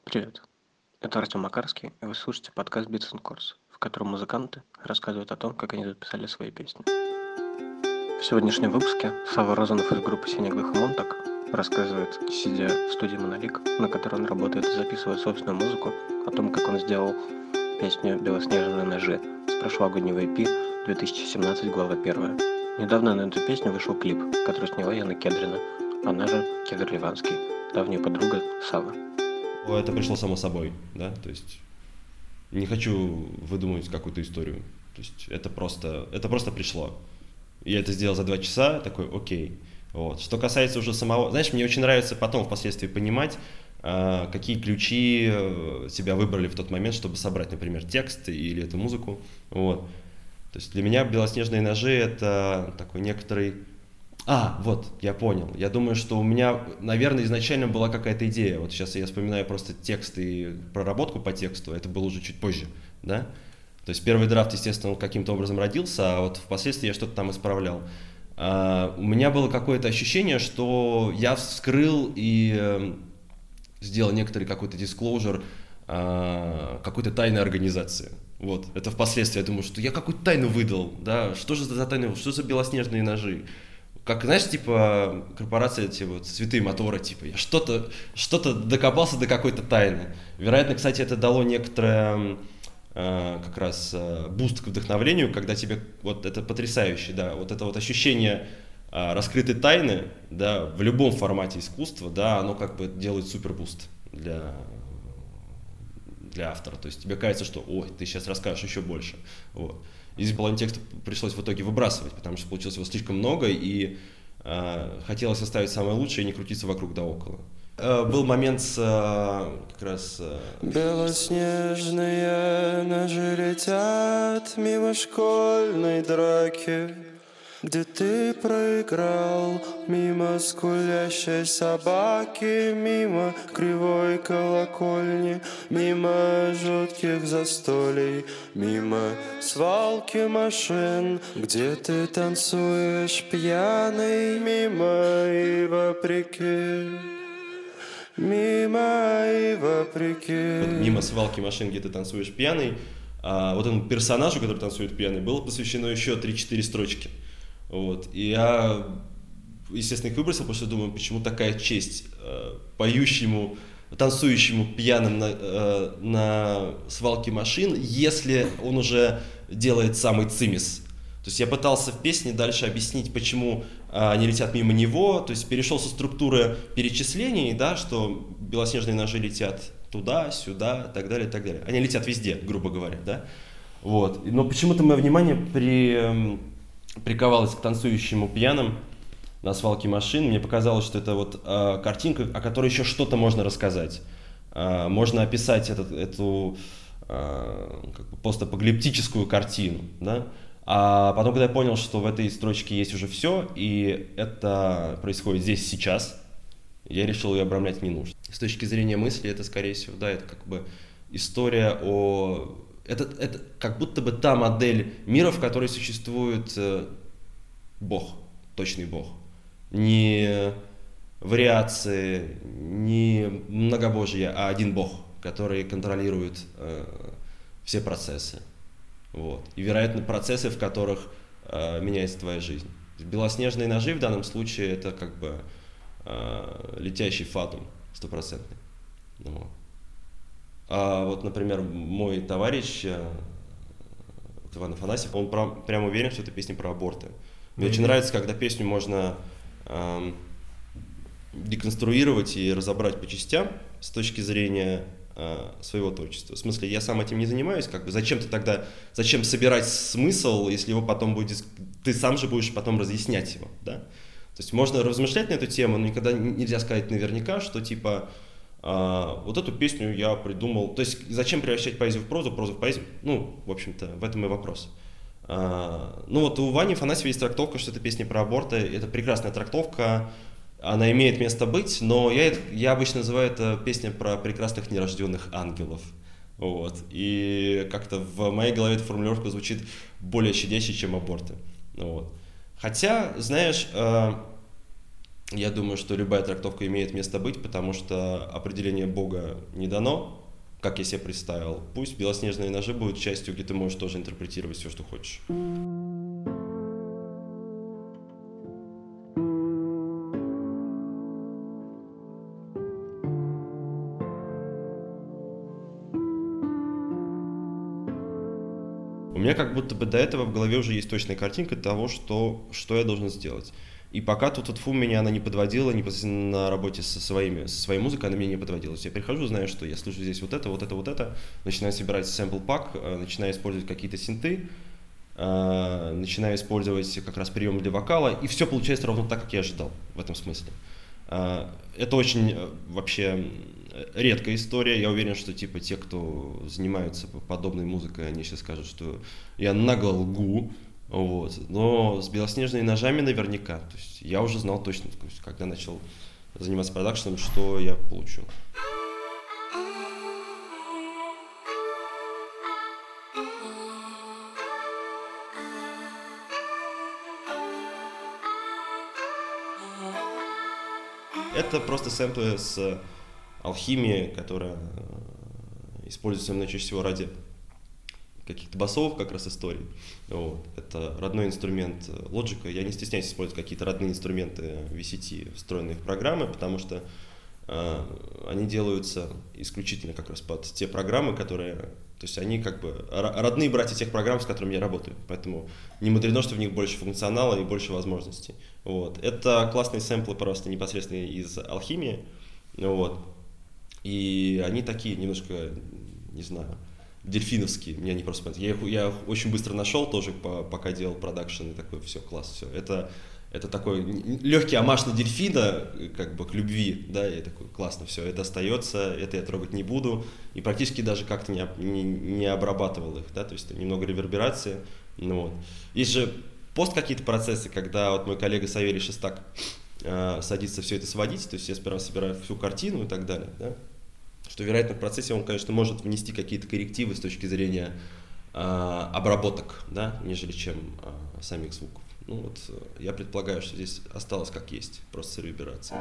Привет, это Артем Макарский, и вы слушаете подкаст Beats and Chords, в котором музыканты рассказывают о том, как они записали свои песни. В сегодняшнем выпуске Сава Розанов из группы «Синий глых и Монтак» рассказывает, сидя в студии «Монолик», на которой он работает и записывает собственную музыку, о том, как он сделал песню «Белоснежные ножи» с прошлогоднего EP 2017, глава 1. Недавно на эту песню вышел клип, который сняла Яна Кедрина, она же Кедр Ливанский, давняя подруга Савы. Это пришло само собой, да, то есть не хочу выдумывать какую-то историю, то есть это просто пришло. Я это сделал за 2 часа, такой, окей. Вот. Что касается уже самого, знаешь, мне очень нравится потом впоследствии понимать, какие ключи себя выбрали в тот момент, чтобы собрать, например, текст или эту музыку, вот. То есть для меня «Белоснежные ножи» — это такой некоторый... Вот, я понял. Я думаю, что у меня, наверное, изначально была какая-то идея. Вот сейчас я вспоминаю просто текст и проработку по тексту, это было уже чуть позже, да? То есть первый драфт, естественно, он каким-то образом родился, а вот впоследствии я что-то там исправлял. У меня было какое-то ощущение, что я вскрыл и сделал некоторый какой-то disclosure какой-то тайной организации. Вот, это впоследствии я думаю, что я какую-то тайну выдал, да, что же за тайну, что за белоснежные ножи? Как, знаешь, типа, корпорация, эти вот святые моторы, типа, я что-то докопался до какой-то тайны. Вероятно, кстати, это дало некоторое как раз буст к вдохновлению, когда тебе, вот это потрясающе, да, вот это вот ощущение раскрытой тайны, да, в любом формате искусства, да, оно как бы делает супер буст для автора. То есть тебе кажется, что, ой, ты сейчас расскажешь еще больше, вот. Из половины текста пришлось в итоге выбрасывать, потому что получилось его слишком много, и хотелось оставить самое лучшее и не крутиться вокруг да около. Был момент с как раз... Белоснежные ножи летят мимо школьной драки, где ты проиграл, мимо скулящей собаки, мимо кривой колокольни, мимо жутких застолий, мимо свалки машин, где ты танцуешь пьяный, мимо и вопреки. Мимо и вопреки. Вот мимо свалки машин, где ты танцуешь пьяный, вот этому персонажу, который танцует пьяный, было посвящено еще 3-4 строчки. Вот. И я, естественно, их выбросил, потому что думаю, почему такая честь поющему, танцующему пьяным на свалке машин, если он уже делает самый цимис. То есть я пытался в песне дальше объяснить, почему они летят мимо него, то есть перешел со структуры перечислений, да, что белоснежные ножи летят туда, сюда, так далее, так далее. Они летят везде, грубо говоря, да. Вот. Но почему-то мое внимание приковалось к танцующему пьяным на свалке машин. Мне показалось, что это вот картинка, о которой еще что-то можно рассказать. Можно описать эту как бы постапокалиптическую картину, да. А потом, когда я понял, что в этой строчке есть уже все, и это происходит здесь сейчас, я решил ее обрамлять не нужно. С точки зрения мысли, это, скорее всего, да, это как бы история о... Это как будто бы та модель мира, в которой существует Бог, точный Бог. Не вариации, не многобожие, а один Бог, который контролирует все процессы. Вот. И, вероятно, процессы, в которых меняется твоя жизнь. Белоснежные ножи в данном случае это как бы летящий фатум стопроцентный. Вот. А вот, например, мой товарищ Иван Афанасьев, он прям уверен, что это песня про аборты. Мне очень нравится, когда песню можно деконструировать и разобрать по частям с точки зрения своего творчества. В смысле, я сам этим не занимаюсь, как бы зачем собирать смысл, если его потом ты сам же будешь потом разъяснять его, да? То есть можно размышлять на эту тему, но никогда нельзя сказать наверняка, что типа вот эту песню я придумал. То есть зачем превращать поэзию в прозу в поэзию? Ну, в общем-то, в этом и вопрос. Ну вот у Вани Афанасьева есть трактовка, что это песня про аборты. Это прекрасная трактовка. Она имеет место быть, но я обычно называю это песня про прекрасных нерожденных ангелов. Вот. И как-то в моей голове эта формулировка звучит более щадяще, чем аборты. Вот. Хотя, знаешь, Я думаю, что любая трактовка имеет место быть, потому что определение Бога не дано, как я себе представил. Пусть белоснежные ножи будут частью, где ты можешь тоже интерпретировать все, что хочешь. У меня как будто бы до этого в голове уже есть точная картинка того, что я должен сделать. И пока тут фу меня она не подводила, непосредственно на работе со своей музыкой она меня не подводила. То есть я прихожу, знаю, что я слышу здесь вот это, начинаю собирать сэмпл-пак, начинаю использовать какие-то синты, начинаю использовать как раз прием для вокала, и все получается ровно так, как я ожидал в этом смысле. Это очень вообще редкая история. Я уверен, что типа те, кто занимаются подобной музыкой, они сейчас скажут, что я нагло лгу. Вот. Но с белоснежными ножами наверняка. То есть я уже знал точно, то есть, когда начал заниматься продакшеном, что я получу. Это просто сэмплы с алхимии, которая используется именно чаще всего ради каких-то басов, как раз историй. Вот. Это родной инструмент Logic. Я не стесняюсь использовать какие-то родные инструменты VCT, встроенные в программы, потому что они делаются исключительно как раз под те программы, которые... То есть они как бы родные братья тех программ, с которыми я работаю. Поэтому не мудрено, что в них больше функционала и больше возможностей. Вот. Это классные сэмплы просто непосредственно из алхимии. Вот. И они такие немножко, не знаю, дельфиновские. Мне они просто понравились. Я их очень быстро нашел тоже, пока делал продакшн, и такой, все, класс, все. Это такой легкий омаж на дельфина, как бы к любви, да, и такой, классно, все, это остается, это я трогать не буду, и практически даже как-то не обрабатывал их, да, то есть немного реверберации, ну вот. Есть же какие-то процессы, когда вот мой коллега Савелий Шестак садится все это сводить, то есть я сперва собираю всю картину и так далее, да, что, вероятно, в процессе он, конечно, может внести какие-то коррективы с точки зрения обработок, да, нежели чем самих звуков. Ну вот, я предполагаю, что здесь осталось как есть, просто с реверберацией.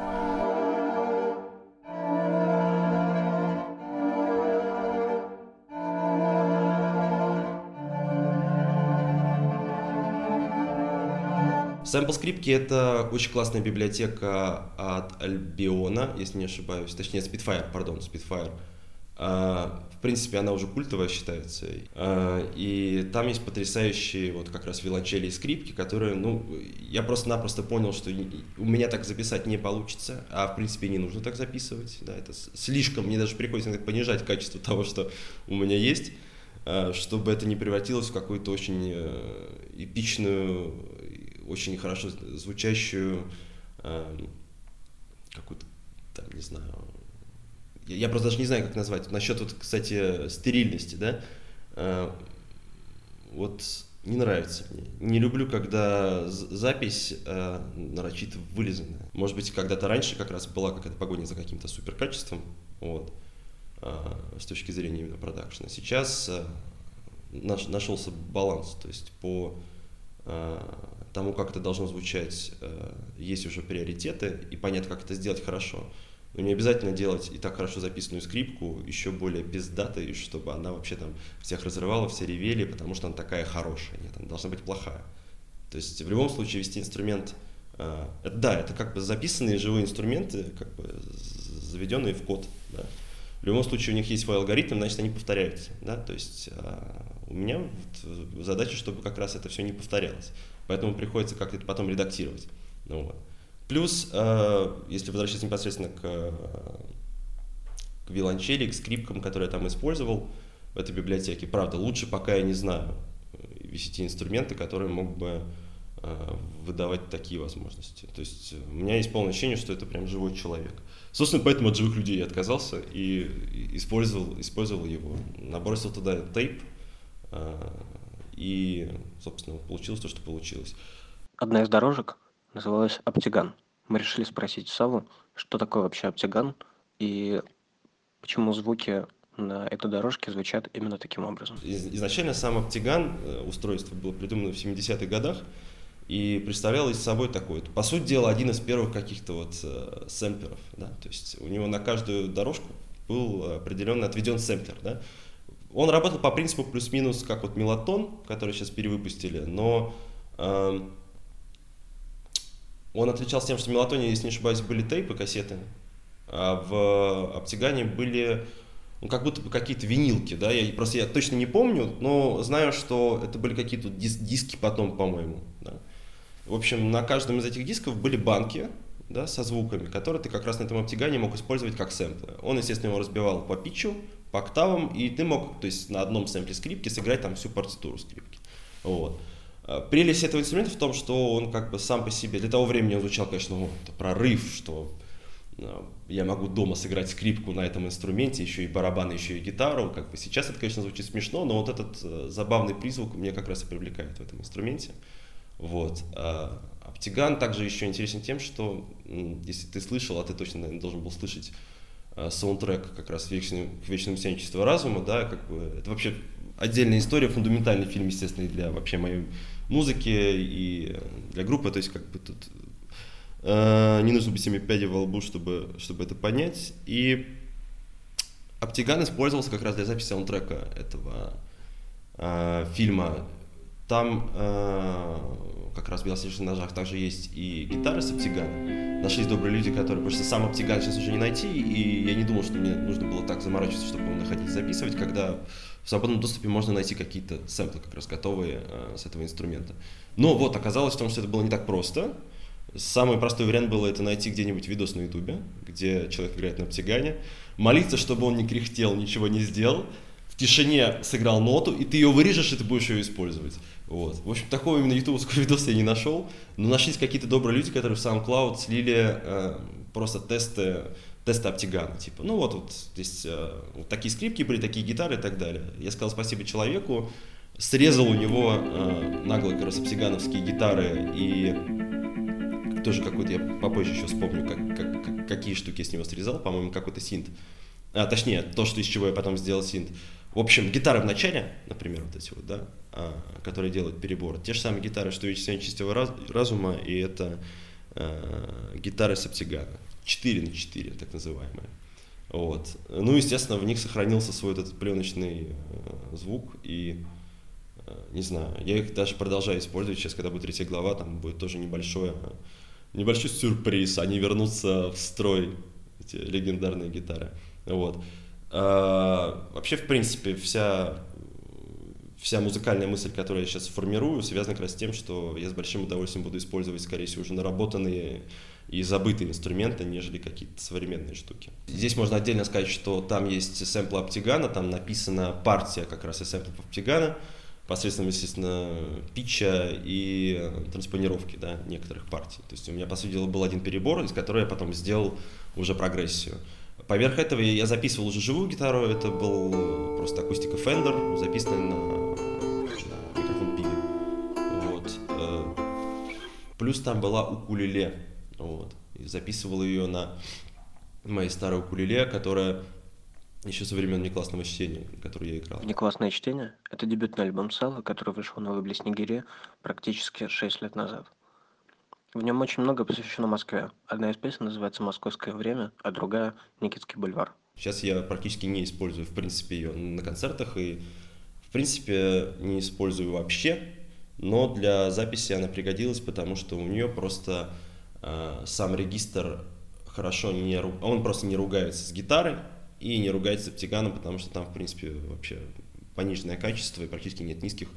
Sample-скрипки — это очень классная библиотека от Albion, если не ошибаюсь, точнее Spitfire. В принципе, она уже культовая считается. И там есть потрясающие вот как раз виолончели и скрипки, которые, ну, я просто-напросто понял, что у меня так записать не получится, а в принципе не нужно так записывать. Да, это слишком, мне даже приходится иногда понижать качество того, что у меня есть, чтобы это не превратилось в какую-то очень эпичную, очень хорошо звучащую какую-то, там, не знаю... Я просто даже не знаю, как назвать. Насчет, вот, кстати, стерильности, да, вот не нравится мне. Не люблю, когда запись нарочито вылизанная. Может быть, когда-то раньше как раз была какая-то погоня за каким-то суперкачеством, вот, с точки зрения именно продакшена. Сейчас нашелся баланс, то есть по тому, как это должно звучать, есть уже приоритеты, и понятно, как это сделать хорошо. Но не обязательно делать и так хорошо записанную скрипку еще более пиздатой, чтобы она вообще там всех разрывала, все ревели, потому что она такая хорошая. Нет, она должна быть плохая. То есть в любом случае вести инструмент... это как бы записанные живые инструменты, как бы заведенные в код. Да. В любом случае у них есть свой алгоритм, значит они повторяются. Да. То есть у меня задача, чтобы как раз это все не повторялось. Поэтому приходится как-то это потом редактировать. Ну, вот. Плюс, если возвращаться непосредственно к виолончели, к скрипкам, которые я там использовал в этой библиотеке, правда, лучше пока я не знаю VCT-инструменты, которые могут бы выдавать такие возможности. То есть у меня есть полное ощущение, что это прям живой человек. Собственно, поэтому от живых людей я отказался и использовал его. Набросил туда тейп, и, собственно, получилось то, что получилось. Одна из дорожек называлась Оптиган. Мы решили спросить Савву, что такое вообще Оптиган и почему звуки на этой дорожке звучат именно таким образом. Изначально сам Оптиган, устройство было придумано в 70-х годах, и представлял из собой такой, по сути дела, один из первых каких-то вот сэмплеров, да, то есть у него на каждую дорожку был определенно отведен сэмплер, да. Он работал по принципу плюс-минус, как вот Мелатон, который сейчас перевыпустили, но он отличался тем, что в Мелатоне, если не ошибаюсь, были тейпы, кассеты, а в Оптигане были, ну, как будто бы какие-то винилки, да, я точно не помню, но знаю, что это были какие-то диски потом, по-моему, да. В общем, на каждом из этих дисков были банки, да, со звуками, которые ты как раз на этом Оптигане мог использовать как сэмплы. Он, естественно, его разбивал по питчу, по октавам, и ты мог, то есть на одном сэмпле скрипки сыграть там всю партитуру скрипки. Вот. Прелесть этого инструмента в том, что он как бы сам по себе, для того времени он звучал, конечно, это прорыв, что я могу дома сыграть скрипку на этом инструменте, еще и барабаны, еще и гитару. Как бы сейчас это, конечно, звучит смешно, но вот этот забавный призвук меня как раз и привлекает в этом инструменте. Вот. Оптиган также еще интересен тем, что, если ты слышал, а ты точно, наверное, должен был слышать саундтрек как раз к «Вечному сиянию разума», да, как бы, это вообще отдельная история, фундаментальный фильм, естественно, и для вообще моей музыки, и для группы, то есть как бы тут не нужно быть 7 пядей во лбу, чтобы это понять. И Оптиган использовался как раз для записи саундтрека этого фильма. Там как раз в «Белоснежных ножах» также есть и гитары с Оптигана. Нашлись добрые люди, которые... Потому что сам Оптиган сейчас уже не найти, и я не думал, что мне нужно было так заморачиваться, чтобы его находить, записывать, когда в свободном доступе можно найти какие-то сэмплы как раз готовые с этого инструмента. Но вот оказалось в том, что это было не так просто. Самый простой вариант было это найти где-нибудь видос на ютубе, где человек играет на Оптигане, молиться, чтобы он не кряхтел, ничего не сделал, в тишине сыграл ноту, и ты ее вырежешь, и ты будешь ее использовать. Вот. В общем, такого именно ютубовского видоса я не нашел, но нашлись какие-то добрые люди, которые в SoundCloud слили просто тесты Оптигана. Типа, ну вот здесь вот такие скрипки были, такие гитары и так далее. Я сказал спасибо человеку, срезал у него нагло как раз оптигановские гитары, и тоже какой-то, я попозже еще вспомню, какие штуки я с него срезал, по-моему, какой-то синт. Точнее, то, из чего я потом сделал синт. В общем, гитары в начале, например, вот эти вот, да, которые делают перебор, те же самые гитары, что и «Сияние чистого разума», и это гитары с Оптигана, 4/4, так называемые. Вот. Ну, естественно, в них сохранился свой вот этот пленочный звук, и не знаю, я их даже продолжаю использовать. Сейчас, когда будет 3 глава, там будет тоже небольшой сюрприз, они вернутся в строй, эти легендарные гитары. Вот. Вообще, в принципе, вся музыкальная мысль, которую я сейчас формирую, связана как раз с тем, что я с большим удовольствием буду использовать, скорее всего, уже наработанные и забытые инструменты, нежели какие-то современные штуки. Здесь можно отдельно сказать, что там есть сэмплы Оптигана, там написана партия как раз из сэмплов Оптигана, посредством, естественно, питча и транспонировки, да, некоторых партий. То есть у меня, по сути дела, был один перебор, из которого я потом сделал уже прогрессию. Поверх этого я записывал уже живую гитару, это был просто акустика Fender, записанная на микрофон Pivi. Вот. Плюс там была укулеле, вот. И записывал ее на моей старой укулеле, которая еще со времен «Неклассного чтения», который я играл. «Неклассное чтение» — это дебютный альбом Саввы, который вышел на лейбле «Снегири» практически 6 лет назад. В нем очень много посвящено Москве. Одна из песен называется «Московское время», а другая «Никитский бульвар». Сейчас я практически не использую, в принципе, ее на концертах и, в принципе, не использую вообще, но для записи она пригодилась, потому что у нее просто сам регистр хорошо он просто не ругается с гитарой и не ругается с Оптиганом, потому что там, в принципе, вообще пониженное качество и практически нет низких.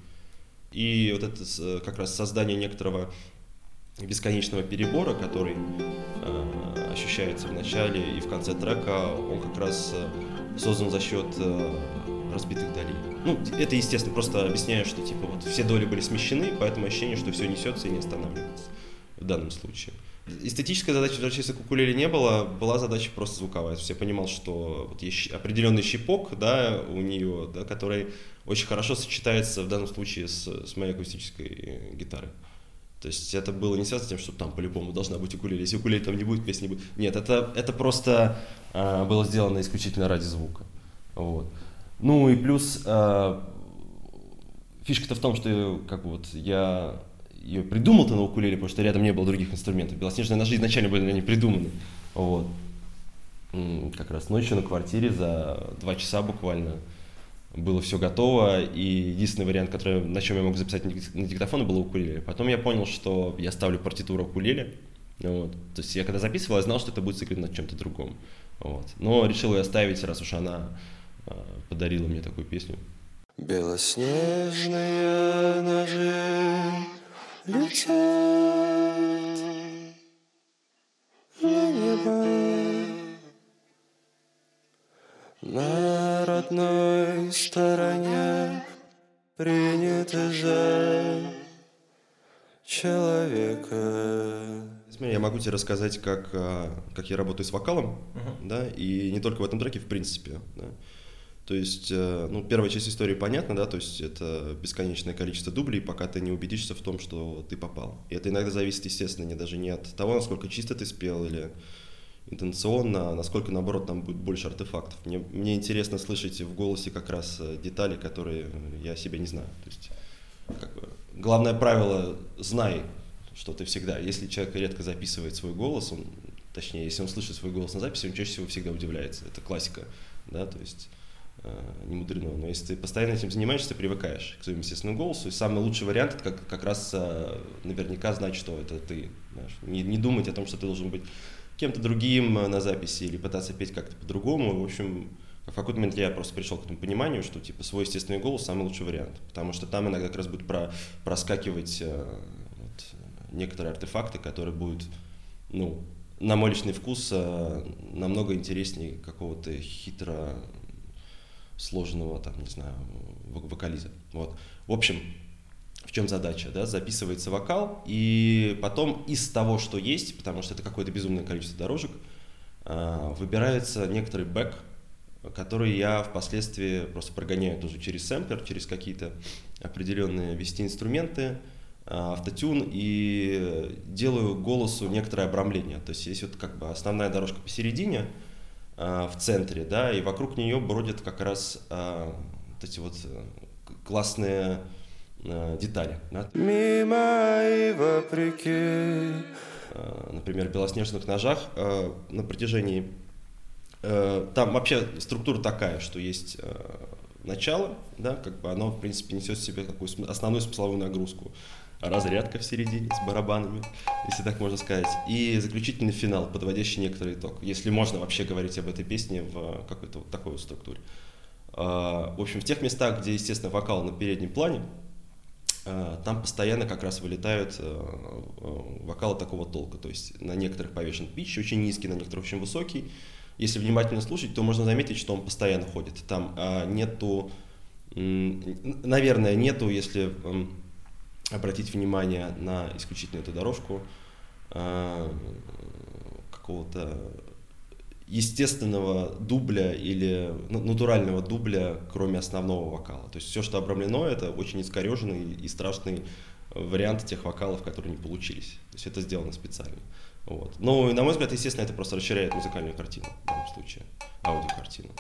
И вот это как раз создание некоторого бесконечного перебора, который ощущается в начале и в конце трека, он как раз создан за счет разбитых долей. Ну, это, естественно, просто объясняю, что типа вот все доли были смещены, поэтому ощущение, что все несется и не останавливается в данном случае. Эстетической задачи возвращаться к укулеле не было, была задача просто звуковая. То есть я понимал, что вот есть определенный щипок, да, у нее, да, который очень хорошо сочетается в данном случае с моей акустической гитарой. То есть это было не связано с тем, что там по-любому должна быть укулеле. Если укулеле там не будет, песни не будет. Нет, это просто было сделано исключительно ради звука. Вот. Ну и плюс фишка-то в том, что как бы вот я ее придумал-то на укулеле, потому что рядом не было других инструментов. Белоснежные ножи изначально были не придуманы. Вот. Как раз ночью на квартире за 2 часа буквально было все готово, и единственный вариант, на чем я мог записать на диктофон, было укулеле. Потом я понял, что я ставлю партитуру укулеле. Вот. То есть я когда записывал, я знал, что это будет сыграно на чем-то другом. Вот. Но решил ее оставить, раз уж она подарила мне такую песню. Белоснежные ножи летят на небо. На родной стороне принято за человека. Смотри, я могу тебе рассказать, как я работаю с вокалом, да, и не только в этом треке, в принципе, да. То есть, первая часть истории понятна, да, то есть это бесконечное количество дублей, пока ты не убедишься в том, что ты попал. И это иногда зависит, естественно, даже не от того, насколько чисто ты спел или интонационно, а насколько, наоборот, там будет больше артефактов. Мне интересно слышать в голосе как раз детали, которые я о себе не знаю. То есть, главное правило – знай, что ты всегда. Если человек редко записывает свой голос, точнее, если он слышит свой голос на записи, он чаще всего всегда удивляется. Это классика, да, то есть не мудрено. Но если ты постоянно этим занимаешься, ты привыкаешь к своему естественному голосу. И самый лучший вариант – это как раз наверняка знать, что это ты. Знаешь, не думать о том, что ты должен быть кем-то другим на записи или пытаться петь как-то по-другому. В общем, в какой-то момент я просто пришел к этому пониманию, что типа свой естественный голос самый лучший вариант, потому что там иногда как раз будут проскакивать некоторые артефакты, которые будут, на мой личный вкус, намного интереснее какого-то хитро сложного, там, не знаю, вокализа. Вот. В общем, в чем задача, да? Записывается вокал, и потом из того, что есть, потому что это какое-то безумное количество дорожек, выбирается некоторый бэк, который я впоследствии просто прогоняю тоже через сэмплер, через какие-то определенные вести-инструменты, автотюн, и делаю голосу некоторое обрамление. То есть есть вот как бы основная дорожка посередине, в центре, да, и вокруг нее бродят как раз вот эти вот классные детали. Да. Мимо и вопреки. Например, в «Белоснежных ножах» на протяжении... Там вообще структура такая, что есть начало, да, как бы оно, в принципе, несет в себе такую основную смысловую нагрузку. Разрядка в середине с барабанами, если так можно сказать, и заключительный финал, подводящий некоторый итог, если можно вообще говорить об этой песне в какой-то вот такой вот структуре. В общем, в тех местах, где, естественно, вокал на переднем плане, там постоянно как раз вылетают вокалы такого толка, то есть на некоторых повешен питч очень низкий, на некоторых очень высокий. Если внимательно слушать, то можно заметить, что он постоянно ходит. Там наверное, если обратить внимание на исключительно эту дорожку, какого-то естественного дубля или натурального дубля, кроме основного вокала. То есть все, что обрамлено, это очень искореженный и страшный вариант тех вокалов, которые не получились. То есть это сделано специально. Вот. Ну, и, на мой взгляд, естественно, это просто расширяет музыкальную картину, в данном случае, аудиокартину.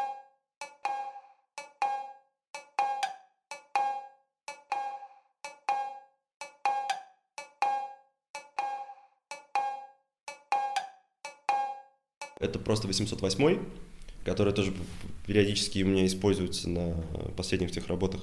Это просто 808, который тоже периодически у меня используется на последних тех работах.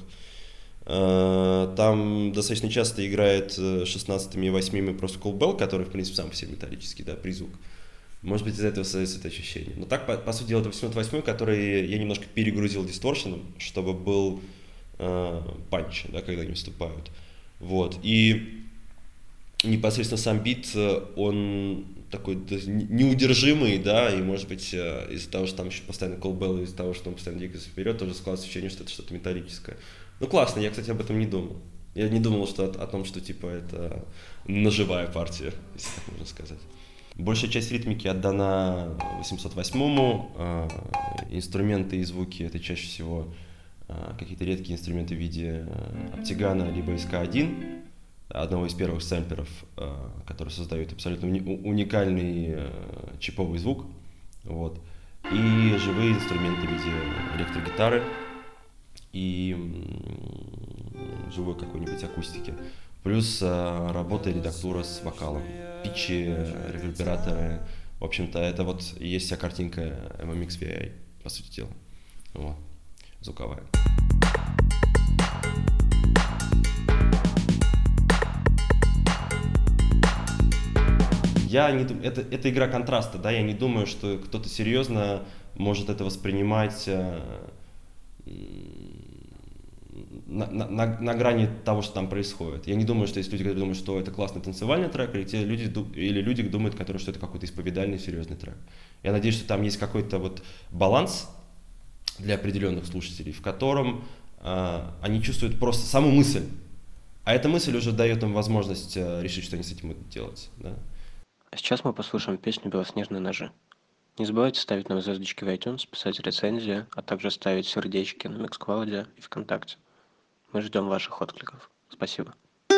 Там достаточно часто играет 16-ми и 8-ми просто колбелл, который, в принципе, сам по себе металлический, да, призвук. Может быть, из-за этого создается это ощущение. Но так, по сути дела, это 808, который я немножко перегрузил дисторшеном, чтобы был панч, да, когда они выступают. Вот. И непосредственно сам бит, он такой неудержимый, да, и, может быть, из-за того, что там еще постоянно колбелл, из-за того, что он постоянно двигается вперед, тоже складывается ощущение, что это что-то металлическое. Ну, классно, я, кстати, об этом не думал. Я не думал, что о том, что, типа, это ножевая партия, если так можно сказать. Большая часть ритмики отдана 808-му, инструменты и звуки — это чаще всего какие-то редкие инструменты в виде Оптигана либо СК-1, одного из первых сэмплеров, который создает абсолютно уникальный чиповый звук, вот, и живые инструменты в виде электрогитары и живой какой-нибудь акустики. Плюс работа и редактура с вокалом. Питчи, ревербераторы. В общем-то, это вот и есть вся картинка MMX VI, по сути дела. Вот. Звуковая. Это игра контраста, да, я не думаю, что кто-то серьезно может это воспринимать на грани того, что там происходит. Я не думаю, что есть люди, которые думают, что это классный танцевальный трек, или те люди, думают, которые, что это какой-то исповедальный, серьезный трек. Я надеюсь, что там есть какой-то вот баланс для определенных слушателей, в котором они чувствуют просто саму мысль, а эта мысль уже дает им возможность решить, что они с этим будут делать. Да? А сейчас мы послушаем песню «Белоснежные ножи». Не забывайте ставить нам звездочки в iTunes, писать рецензии, а также ставить сердечки на Mixcloud и ВКонтакте. Мы ждем ваших откликов. Спасибо.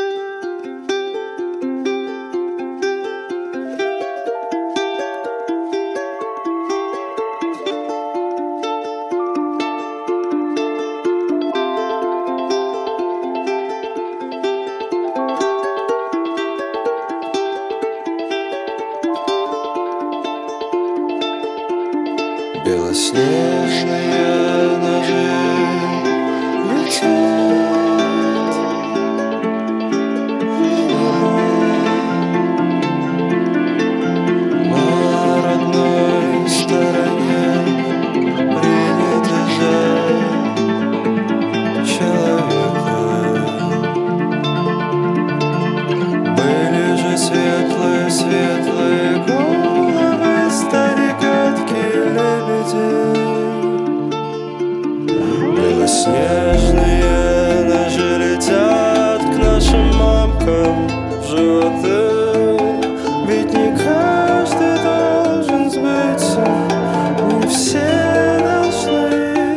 Белоснежные ножи летят на родной стороне, приняты за человека. Были же светлые головы старикатки-лебеди. Белоснежные ножи летят к нашим мамкам в животы. Ведь не каждый должен сбыться, не все должны.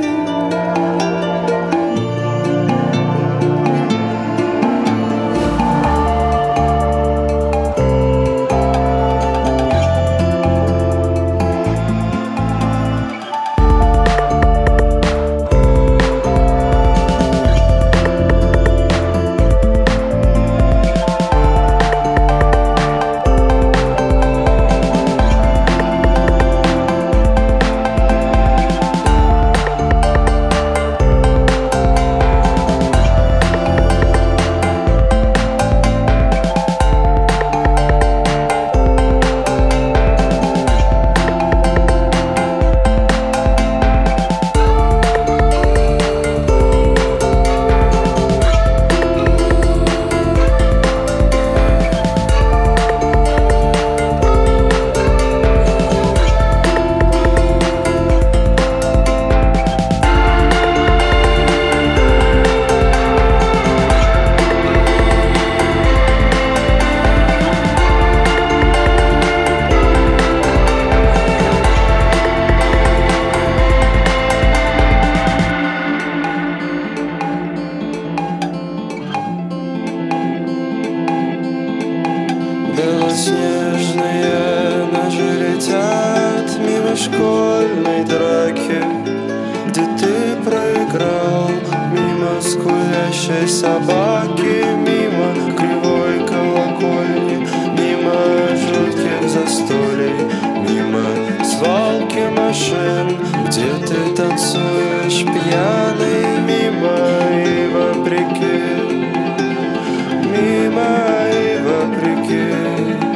Белоснежные ножи летят мимо школьной драки, где ты проиграл, мимо скулящей собаки, мимо кривой колокольни, мимо жутких застолий, мимо свалки машин, где ты танцуешь пьяный, мимо и вопреки, мимо и вопреки.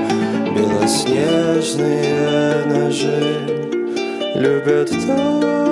Белоснежные ножи любят то,